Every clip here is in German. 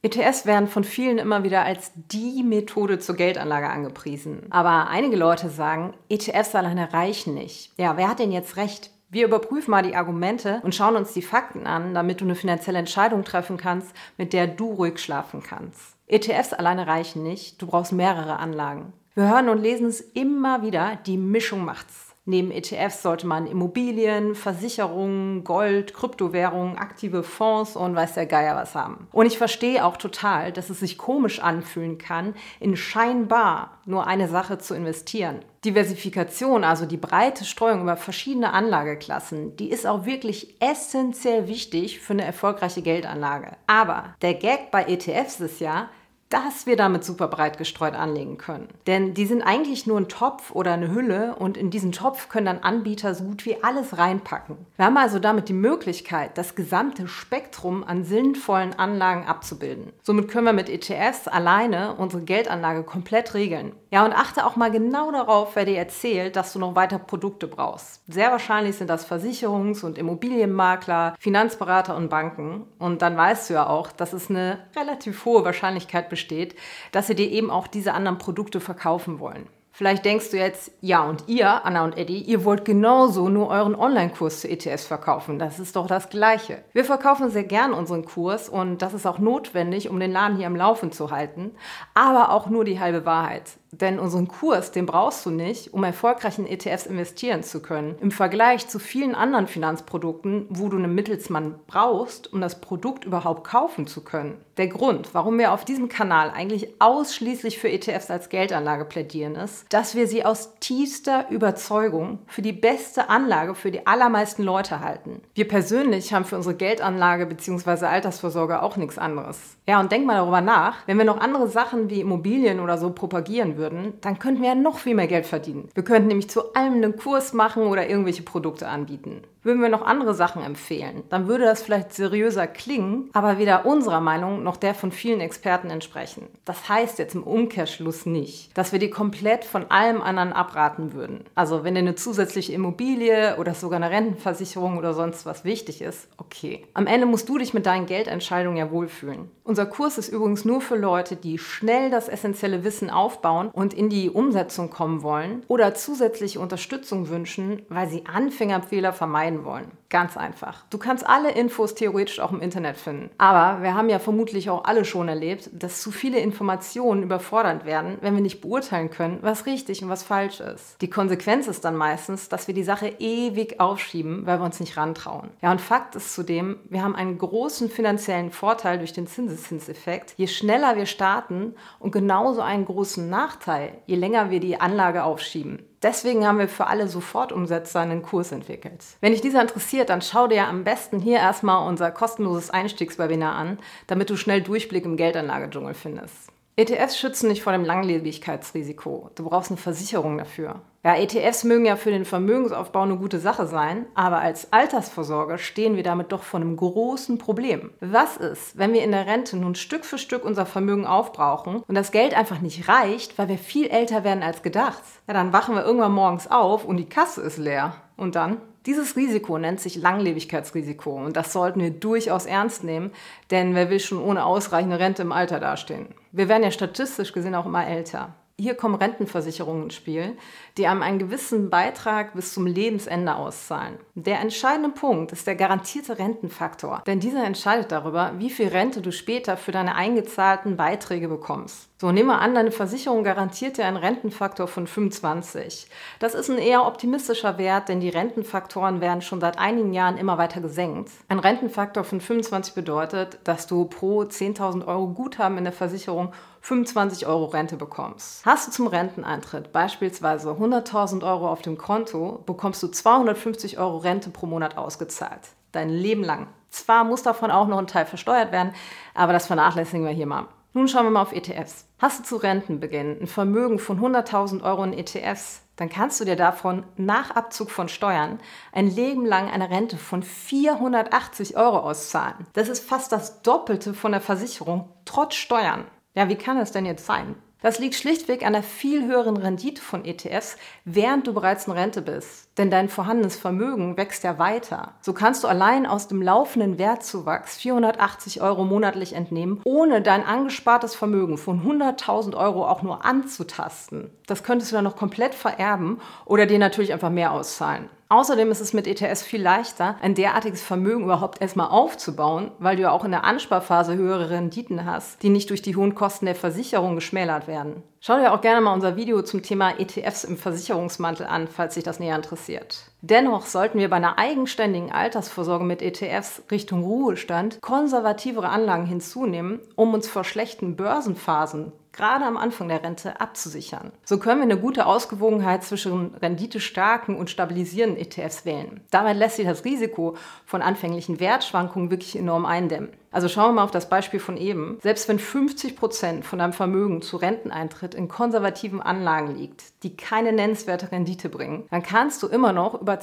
ETFs werden von vielen immer wieder als die Methode zur Geldanlage angepriesen. Aber einige Leute sagen, ETFs alleine reichen nicht. Ja, wer hat denn jetzt recht? Wir überprüfen mal die Argumente und schauen uns die Fakten an, damit du eine finanzielle Entscheidung treffen kannst, mit der du ruhig schlafen kannst. ETFs alleine reichen nicht, du brauchst mehrere Anlagen. Wir hören und lesen es immer wieder, die Mischung macht's. Neben ETFs sollte man Immobilien, Versicherungen, Gold, Kryptowährungen, aktive Fonds und weiß der Geier was haben. Und ich verstehe auch total, dass es sich komisch anfühlen kann, in scheinbar nur eine Sache zu investieren. Diversifikation, also die breite Streuung über verschiedene Anlageklassen, die ist auch wirklich essentiell wichtig für eine erfolgreiche Geldanlage. Aber der Gag bei ETFs ist ja, dass wir damit super breit gestreut anlegen können. Denn die sind eigentlich nur ein Topf oder eine Hülle und in diesen Topf können dann Anbieter so gut wie alles reinpacken. Wir haben also damit die Möglichkeit, das gesamte Spektrum an sinnvollen Anlagen abzubilden. Somit können wir mit ETFs alleine unsere Geldanlage komplett regeln. Ja, und achte auch mal genau darauf, wer dir erzählt, dass du noch weiter Produkte brauchst. Sehr wahrscheinlich sind das Versicherungs- und Immobilienmakler, Finanzberater und Banken. Und dann weißt du ja auch, dass es eine relativ hohe Wahrscheinlichkeit besteht, dass sie dir eben auch diese anderen Produkte verkaufen wollen. Vielleicht denkst du jetzt, ja und ihr, Anna und Eddie, ihr wollt genauso nur euren Online-Kurs zu ETFs verkaufen. Das ist doch das Gleiche. Wir verkaufen sehr gern unseren Kurs und das ist auch notwendig, um den Laden hier am Laufen zu halten, aber auch nur die halbe Wahrheit. Denn unseren Kurs, den brauchst du nicht, um erfolgreich in ETFs investieren zu können. Im Vergleich zu vielen anderen Finanzprodukten, wo du einen Mittelsmann brauchst, um das Produkt überhaupt kaufen zu können. Der Grund, warum wir auf diesem Kanal eigentlich ausschließlich für ETFs als Geldanlage plädieren, ist, dass wir sie aus tiefster Überzeugung für die beste Anlage für die allermeisten Leute halten. Wir persönlich haben für unsere Geldanlage bzw. Altersvorsorge auch nichts anderes. Ja, und denk mal darüber nach, wenn wir noch andere Sachen wie Immobilien oder so propagieren würden, dann könnten wir ja noch viel mehr Geld verdienen. Wir könnten nämlich zu allem einen Kurs machen oder irgendwelche Produkte anbieten. Würden wir noch andere Sachen empfehlen, dann würde das vielleicht seriöser klingen, aber weder unserer Meinung noch der von vielen Experten entsprechen. Das heißt jetzt im Umkehrschluss nicht, dass wir dir komplett von allem anderen abraten würden. Also wenn dir eine zusätzliche Immobilie oder sogar eine Rentenversicherung oder sonst was wichtig ist, okay. Am Ende musst du dich mit deinen Geldentscheidungen ja wohlfühlen. Unser Kurs ist übrigens nur für Leute, die schnell das essentielle Wissen aufbauen und in die Umsetzung kommen wollen oder zusätzliche Unterstützung wünschen, weil sie Anfängerfehler vermeiden wollen. Ganz einfach. Du kannst alle Infos theoretisch auch im Internet finden. Aber wir haben ja vermutlich auch alle schon erlebt, dass zu viele Informationen überfordernd werden, wenn wir nicht beurteilen können, was richtig und was falsch ist. Die Konsequenz ist dann meistens, dass wir die Sache ewig aufschieben, weil wir uns nicht rantrauen. Ja, und Fakt ist zudem, wir haben einen großen finanziellen Vorteil durch den Zinseszinseffekt, je schneller wir starten und genauso einen großen Nachteil, je länger wir die Anlage aufschieben. Deswegen haben wir für alle Sofortumsetzer einen Kurs entwickelt. Wenn dich dieser interessiert, dann schau dir am besten hier erstmal unser kostenloses Einstiegswebinar an, damit du schnell Durchblick im Geldanlagedschungel findest. ETFs schützen dich vor dem Langlebigkeitsrisiko. Du brauchst eine Versicherung dafür. Ja, ETFs mögen ja für den Vermögensaufbau eine gute Sache sein, aber als Altersvorsorge stehen wir damit doch vor einem großen Problem. Was ist, wenn wir in der Rente nun Stück für Stück unser Vermögen aufbrauchen und das Geld einfach nicht reicht, weil wir viel älter werden als gedacht? Ja, dann wachen wir irgendwann morgens auf und die Kasse ist leer. Und dann? Dieses Risiko nennt sich Langlebigkeitsrisiko und das sollten wir durchaus ernst nehmen, denn wer will schon ohne ausreichende Rente im Alter dastehen? Wir werden ja statistisch gesehen auch immer älter. Hier kommen Rentenversicherungen ins Spiel, die einem einen gewissen Beitrag bis zum Lebensende auszahlen. Der entscheidende Punkt ist der garantierte Rentenfaktor, denn dieser entscheidet darüber, wie viel Rente du später für deine eingezahlten Beiträge bekommst. So, nehmen wir an, deine Versicherung garantiert dir einen Rentenfaktor von 25. Das ist ein eher optimistischer Wert, denn die Rentenfaktoren werden schon seit einigen Jahren immer weiter gesenkt. Ein Rentenfaktor von 25 bedeutet, dass du pro 10.000 Euro Guthaben in der Versicherung 25 Euro Rente bekommst. Hast du zum Renteneintritt beispielsweise 100.000 Euro auf dem Konto, bekommst du 250 Euro Rente pro Monat ausgezahlt. Dein Leben lang. Zwar muss davon auch noch ein Teil versteuert werden, aber das vernachlässigen wir hier mal. Nun schauen wir mal auf ETFs. Hast du zu Rentenbeginn ein Vermögen von 100.000 Euro in ETFs, dann kannst du dir davon nach Abzug von Steuern ein Leben lang eine Rente von 480 Euro auszahlen. Das ist fast das Doppelte von der Versicherung, trotz Steuern. Ja, wie kann das denn jetzt sein? Das liegt schlichtweg an der viel höheren Rendite von ETFs, während du bereits in Rente bist. Denn dein vorhandenes Vermögen wächst ja weiter. So kannst du allein aus dem laufenden Wertzuwachs 480 € monatlich entnehmen, ohne dein angespartes Vermögen von 100.000 € auch nur anzutasten. Das könntest du dann noch komplett vererben oder dir natürlich einfach mehr auszahlen. Außerdem ist es mit ETFs viel leichter, ein derartiges Vermögen überhaupt erstmal aufzubauen, weil du ja auch in der Ansparphase höhere Renditen hast, die nicht durch die hohen Kosten der Versicherung geschmälert werden. Schau dir auch gerne mal unser Video zum Thema ETFs im Versicherungsmantel an, falls dich das näher interessiert. Dennoch sollten wir bei einer eigenständigen Altersvorsorge mit ETFs Richtung Ruhestand konservativere Anlagen hinzunehmen, um uns vor schlechten Börsenphasen gerade am Anfang der Rente abzusichern. So können wir eine gute Ausgewogenheit zwischen renditestarken und stabilisierenden ETFs wählen. Damit lässt sich das Risiko von anfänglichen Wertschwankungen wirklich enorm eindämmen. Also schauen wir mal auf das Beispiel von eben. Selbst wenn 50% von deinem Vermögen zu Renteneintritt in konservativen Anlagen liegt, die keine nennenswerte Rendite bringen, dann kannst du immer noch über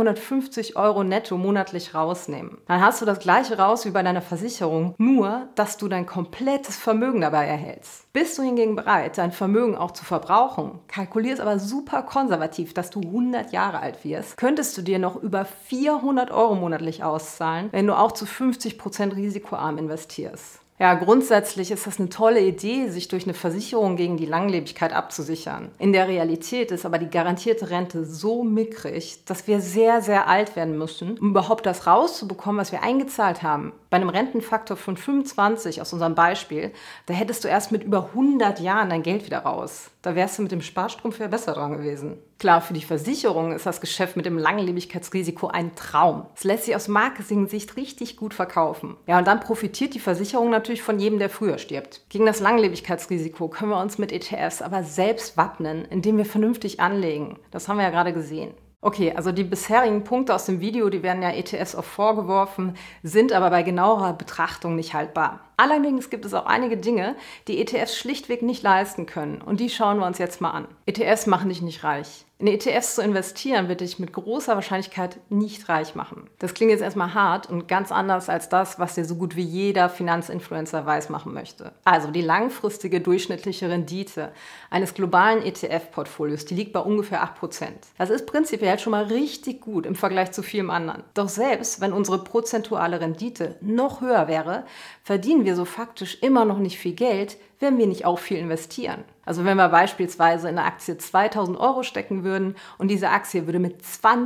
250 € netto monatlich rausnehmen. Dann hast du das gleiche raus wie bei deiner Versicherung, nur dass du dein komplettes Vermögen dabei erhältst. Bist du hingegen bereit, dein Vermögen auch zu verbrauchen, kalkulierst aber super konservativ, dass du 100 Jahre alt wirst, könntest du dir noch über 400 € monatlich auszahlen, wenn du auch zu 50% risikoarm investierst. Ja, grundsätzlich ist das eine tolle Idee, sich durch eine Versicherung gegen die Langlebigkeit abzusichern. In der Realität ist aber die garantierte Rente so mickrig, dass wir sehr, sehr alt werden müssen, um überhaupt das rauszubekommen, was wir eingezahlt haben. Bei einem Rentenfaktor von 25 aus unserem Beispiel, da hättest du erst mit über 100 Jahren dein Geld wieder raus. Da wärst du mit dem Sparstrumpf ja besser dran gewesen. Klar, für die Versicherung ist das Geschäft mit dem Langlebigkeitsrisiko ein Traum. Es lässt sich aus Marketing-Sicht richtig gut verkaufen. Ja, und dann profitiert die Versicherung natürlich von jedem, der früher stirbt. Gegen das Langlebigkeitsrisiko können wir uns mit ETFs aber selbst wappnen, indem wir vernünftig anlegen. Das haben wir ja gerade gesehen. Okay, also die bisherigen Punkte aus dem Video, die werden ja ETFs auch vorgeworfen, sind aber bei genauerer Betrachtung nicht haltbar. Allerdings gibt es auch einige Dinge, die ETFs schlichtweg nicht leisten können. Und die schauen wir uns jetzt mal an. ETFs machen dich nicht reich. In ETFs zu investieren wird dich mit großer Wahrscheinlichkeit nicht reich machen. Das klingt jetzt erstmal hart und ganz anders als das, was dir so gut wie jeder Finanzinfluencer weismachen möchte. Also die langfristige durchschnittliche Rendite eines globalen ETF-Portfolios, die liegt bei ungefähr 8%. Das ist prinzipiell schon mal richtig gut im Vergleich zu vielem anderen. Doch selbst wenn unsere prozentuale Rendite noch höher wäre, verdienen wir so faktisch immer noch nicht viel Geld, wenn wir nicht auch viel investieren. Also wenn wir beispielsweise in eine Aktie 2.000 € stecken würden und diese Aktie würde mit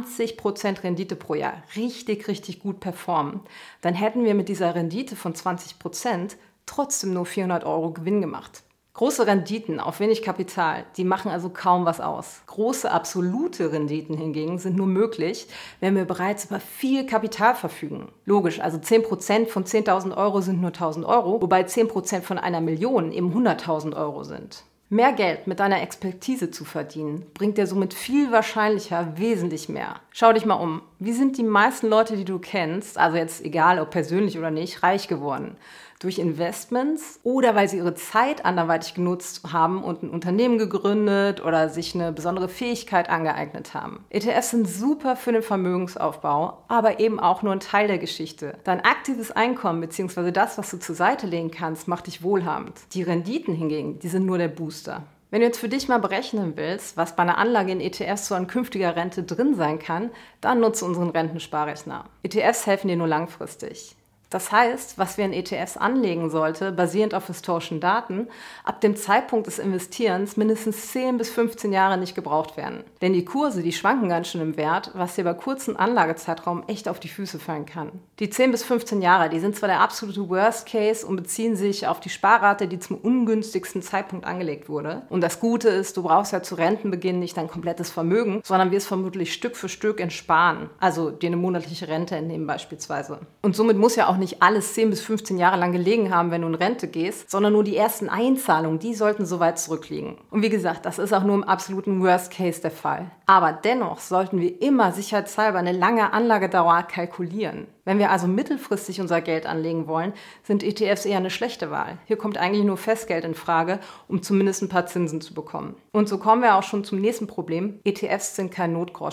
20% Rendite pro Jahr richtig, richtig gut performen, dann hätten wir mit dieser Rendite von 20% trotzdem nur 400 € Gewinn gemacht. Große Renditen auf wenig Kapital, die machen also kaum was aus. Große absolute Renditen hingegen sind nur möglich, wenn wir bereits über viel Kapital verfügen. Logisch, also 10% von 10.000 € sind nur 1.000 €, wobei 10% von einer Million eben 100.000 € sind. Mehr Geld mit deiner Expertise zu verdienen, bringt dir somit viel wahrscheinlicher wesentlich mehr. Schau dich mal um. Wie sind die meisten Leute, die du kennst, also jetzt egal ob persönlich oder nicht, reich geworden? Durch Investments oder weil sie ihre Zeit anderweitig genutzt haben und ein Unternehmen gegründet oder sich eine besondere Fähigkeit angeeignet haben. ETFs sind super für den Vermögensaufbau, aber eben auch nur ein Teil der Geschichte. Dein aktives Einkommen bzw. das, was du zur Seite legen kannst, macht dich wohlhabend. Die Renditen hingegen, die sind nur der Booster. Wenn du jetzt für dich mal berechnen willst, was bei einer Anlage in ETFs so an künftiger Rente drin sein kann, dann nutze unseren Rentensparrechner. ETFs helfen dir nur langfristig. Das heißt, was wir in ETFs anlegen sollte, basierend auf historischen Daten, ab dem Zeitpunkt des Investierens mindestens 10 bis 15 Jahre nicht gebraucht werden. Denn die Kurse, die schwanken ganz schön im Wert, was dir bei kurzen Anlagezeitraum echt auf die Füße fallen kann. Die 10 bis 15 Jahre, die sind zwar der absolute Worst Case und beziehen sich auf die Sparrate, die zum ungünstigsten Zeitpunkt angelegt wurde. Und das Gute ist, du brauchst ja zu Rentenbeginn nicht dein komplettes Vermögen, sondern wirst vermutlich Stück für Stück entsparen, also dir eine monatliche Rente entnehmen beispielsweise. Und somit muss ja auch nicht alles 10 bis 15 Jahre lang gelegen haben, wenn du in Rente gehst, sondern nur die ersten Einzahlungen, die sollten so weit zurückliegen. Und wie gesagt, das ist auch nur im absoluten Worst Case der Fall. Aber dennoch sollten wir immer sicherheitshalber eine lange Anlagedauer kalkulieren. Wenn wir also mittelfristig unser Geld anlegen wollen, sind ETFs eher eine schlechte Wahl. Hier kommt eigentlich nur Festgeld in Frage, um zumindest ein paar Zinsen zu bekommen. Und so kommen wir auch schon zum nächsten Problem. ETFs sind kein Notgroschen.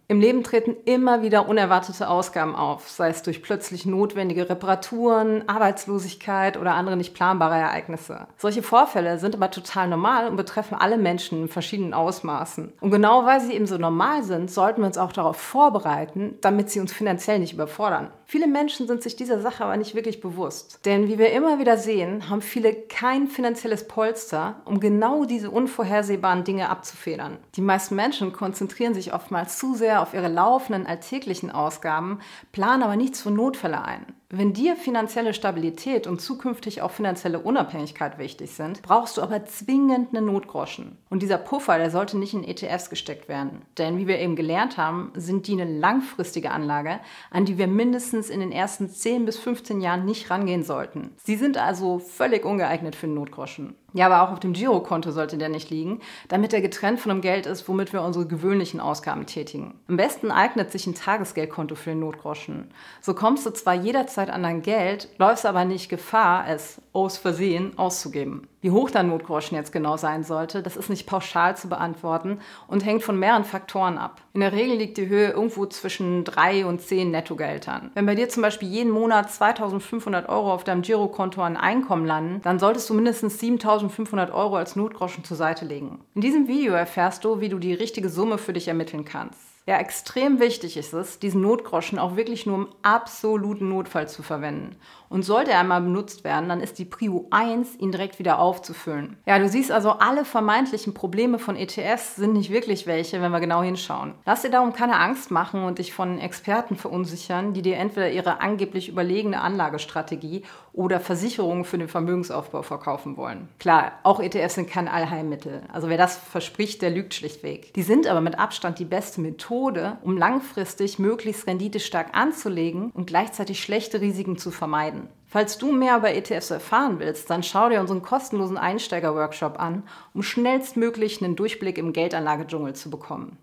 Im Leben treten immer wieder unerwartete Ausgaben auf, sei es durch plötzlich notwendige Reparaturen, Arbeitslosigkeit oder andere nicht planbare Ereignisse. Solche Vorfälle sind aber total normal und betreffen alle Menschen in verschiedenen Ausmaßen. Und genau weil sie eben so normal sind, sollten wir uns auch darauf vorbereiten, damit sie uns finanziell nicht überfordern. Viele Menschen sind sich dieser Sache aber nicht wirklich bewusst. Denn wie wir immer wieder sehen, haben viele kein finanzielles Polster, um genau diese unvorhersehbaren Dinge abzufedern. Die meisten Menschen konzentrieren sich oftmals zu sehr auf ihre laufenden alltäglichen Ausgaben, planen aber nichts für Notfälle ein. Wenn dir finanzielle Stabilität und zukünftig auch finanzielle Unabhängigkeit wichtig sind, brauchst du aber zwingend einen Notgroschen. Und dieser Puffer, der sollte nicht in ETFs gesteckt werden. Denn wie wir eben gelernt haben, sind die eine langfristige Anlage, an die wir mindestens in den ersten 10 bis 15 Jahren nicht rangehen sollten. Sie sind also völlig ungeeignet für einen Notgroschen. Ja, aber auch auf dem Girokonto sollte der nicht liegen, damit er getrennt von dem Geld ist, womit wir unsere gewöhnlichen Ausgaben tätigen. Am besten eignet sich ein Tagesgeldkonto für den Notgroschen. So kommst du zwar jederzeit an dein Geld, läufst aber nicht Gefahr, es aus Versehen auszugeben. Wie hoch dein Notgroschen jetzt genau sein sollte, das ist nicht pauschal zu beantworten und hängt von mehreren Faktoren ab. In der Regel liegt die Höhe irgendwo zwischen 3 und 10 Nettogehältern. Wenn bei dir zum Beispiel jeden Monat 2.500 € auf deinem Girokonto an Einkommen landen, dann solltest du mindestens 7.500 € als Notgroschen zur Seite legen. In diesem Video erfährst du, wie du die richtige Summe für dich ermitteln kannst. Ja, extrem wichtig ist es, diesen Notgroschen auch wirklich nur im absoluten Notfall zu verwenden. Und sollte er einmal benutzt werden, dann ist die Prio 1, ihn direkt wieder aufzufüllen. Ja, du siehst also, alle vermeintlichen Probleme von ETFs sind nicht wirklich welche, wenn wir genau hinschauen. Lass dir darum keine Angst machen und dich von Experten verunsichern, die dir entweder ihre angeblich überlegene Anlagestrategie oder Versicherungen für den Vermögensaufbau verkaufen wollen. Klar, auch ETFs sind kein Allheilmittel. Also wer das verspricht, der lügt schlichtweg. Die sind aber mit Abstand die beste Methode, um langfristig möglichst renditestark anzulegen und gleichzeitig schlechte Risiken zu vermeiden. Falls du mehr über ETFs erfahren willst, dann schau dir unseren kostenlosen Einsteiger-Workshop an, um schnellstmöglich einen Durchblick im Geldanlagedschungel zu bekommen.